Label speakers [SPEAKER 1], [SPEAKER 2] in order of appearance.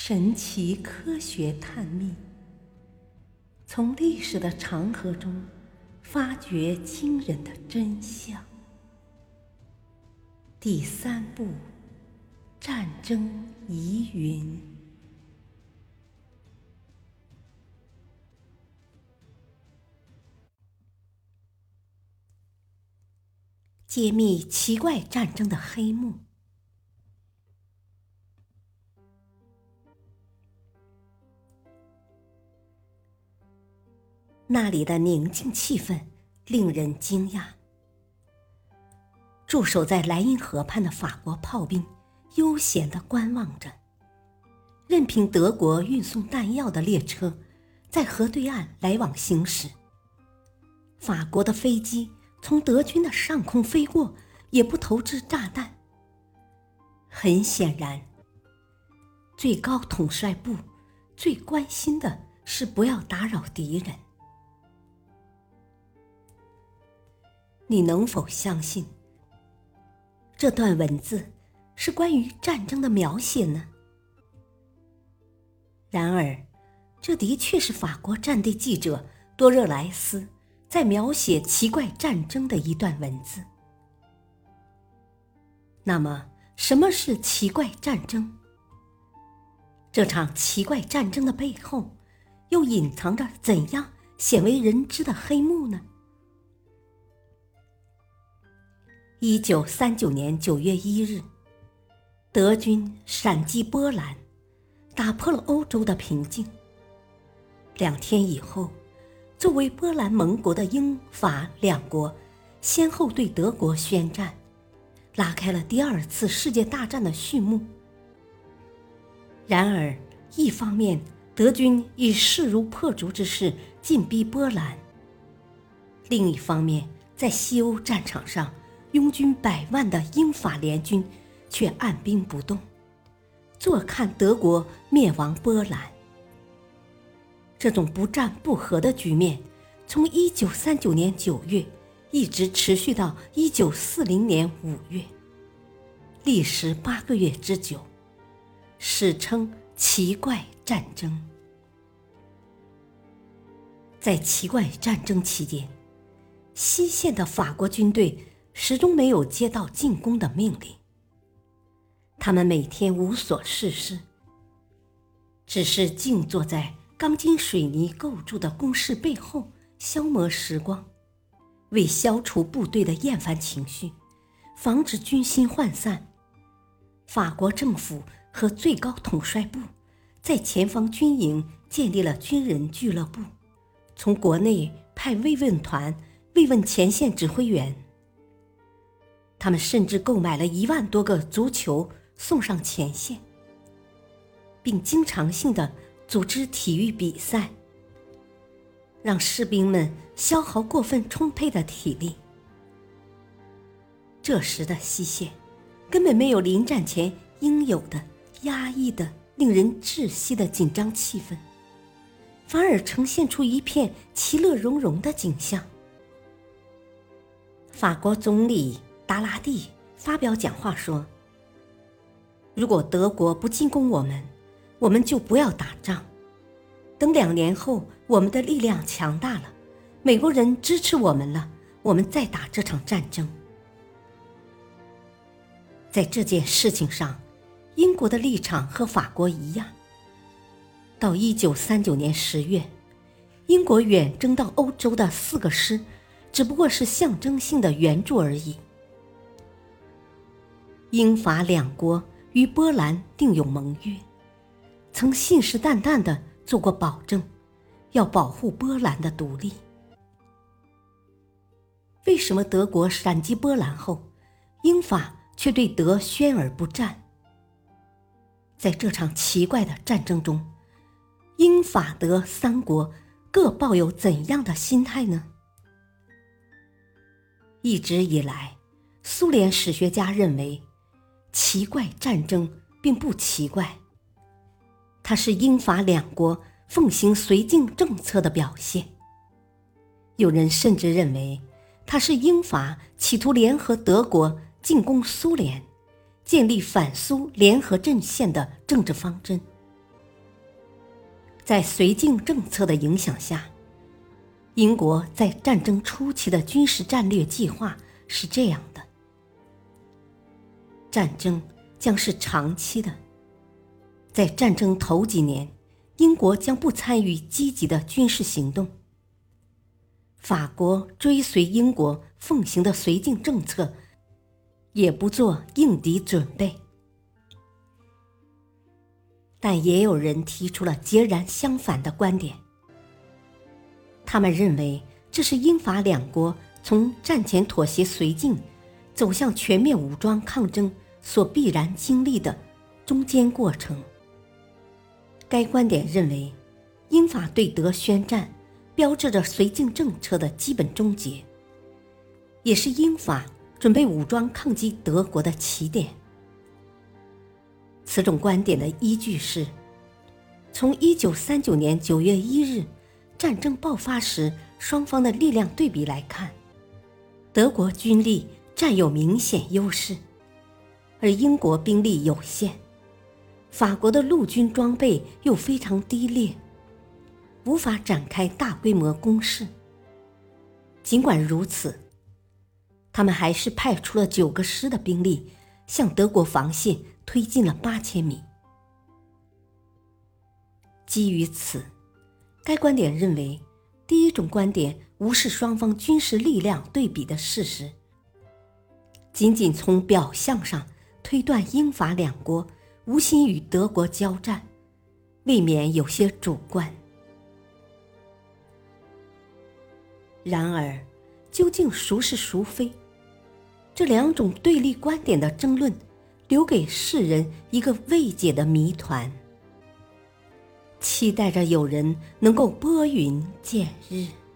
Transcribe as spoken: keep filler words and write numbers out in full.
[SPEAKER 1] 神奇科学探秘，从历史的长河中发掘惊人的真相。第三部：战争疑云。揭秘奇怪战争的黑幕。那里的宁静气氛令人惊讶。驻守在莱茵河畔的法国炮兵悠闲地观望着，任凭德国运送弹药的列车在河对岸来往行驶。法国的飞机从德军的上空飞过，也不投掷炸弹。很显然，最高统帅部最关心的是不要打扰敌人。你能否相信，这段文字是关于战争的描写呢？然而，这的确是法国战地记者多热莱斯在描写奇怪战争的一段文字。那么，什么是奇怪战争？这场奇怪战争的背后，又隐藏着怎样鲜为人知的黑幕呢？一九三九年九月一日，德军闪击波兰，打破了欧洲的平静。两天以后，作为波兰盟国的英法两国先后对德国宣战，拉开了第二次世界大战的序幕。然而，一方面德军以势如破竹之势进逼波兰，另一方面在西欧战场上拥军百万的英法联军却按兵不动，坐看德国灭亡波兰。这种不战不和的局面从一九三九年九月一直持续到一九四零年五月，历时八个月之久，史称奇怪战争。在奇怪战争期间，西线的法国军队始终没有接到进攻的命令。他们每天无所事事，只是静坐在钢筋水泥构筑的工事背后消磨时光，为消除部队的厌烦情绪，防止军心涣散。法国政府和最高统帅部在前方军营建立了军人俱乐部，从国内派慰问团慰问前线指挥员。他们甚至购买了一万多个足球送上前线，并经常性地组织体育比赛，让士兵们消耗过分充沛的体力。这时的西线根本没有临战前应有的压抑的令人窒息的紧张气氛，反而呈现出一片其乐融融的景象。法国总理达拉蒂发表讲话说，如果德国不进攻我们，我们就不要打仗。等两年后我们的力量强大了，美国人支持我们了，我们再打这场战争。在这件事情上，英国的立场和法国一样。到一九三九年十月，英国远征到欧洲的四个师只不过是象征性的援助而已。英法两国与波兰订有盟约，曾信誓旦旦地做过保证，要保护波兰的独立。为什么德国闪击波兰后，英法却对德宣而不战？在这场奇怪的战争中，英法德三国各抱有怎样的心态呢？一直以来，苏联史学家认为奇怪战争并不奇怪，它是英法两国奉行绥靖政策的表现。有人甚至认为它是英法企图联合德国进攻苏联，建立反苏联合阵线的政治方针。 在绥靖政策的影响下，英国在战争初期的军事战略计划是这样的：战争将是长期的，在战争头几年，英国将不参与积极的军事行动。法国追随英国奉行的绥靖政策，也不做应敌准备。但也有人提出了截然相反的观点，他们认为这是英法两国从战前妥协绥靖走向全面武装抗争所必然经历的中间过程。该观点认为，英法对德宣战标志着绥靖政策的基本终结，也是英法准备武装抗击德国的起点。此种观点的依据是，从一九三九年九月一日战争爆发时双方的力量对比来看，德国军力占有明显优势，而英国兵力有限，法国的陆军装备又非常低劣，无法展开大规模攻势。尽管如此，他们还是派出了九个师的兵力向德国防线推进了八千米。基于此，该观点认为，第一种观点无视双方军事力量对比的事实，仅仅从表象上推断英法两国无心与德国交战，未免有些主观。然而，究竟孰是孰非？这两种对立观点的争论，留给世人一个未解的谜团，期待着有人能够拨云见日。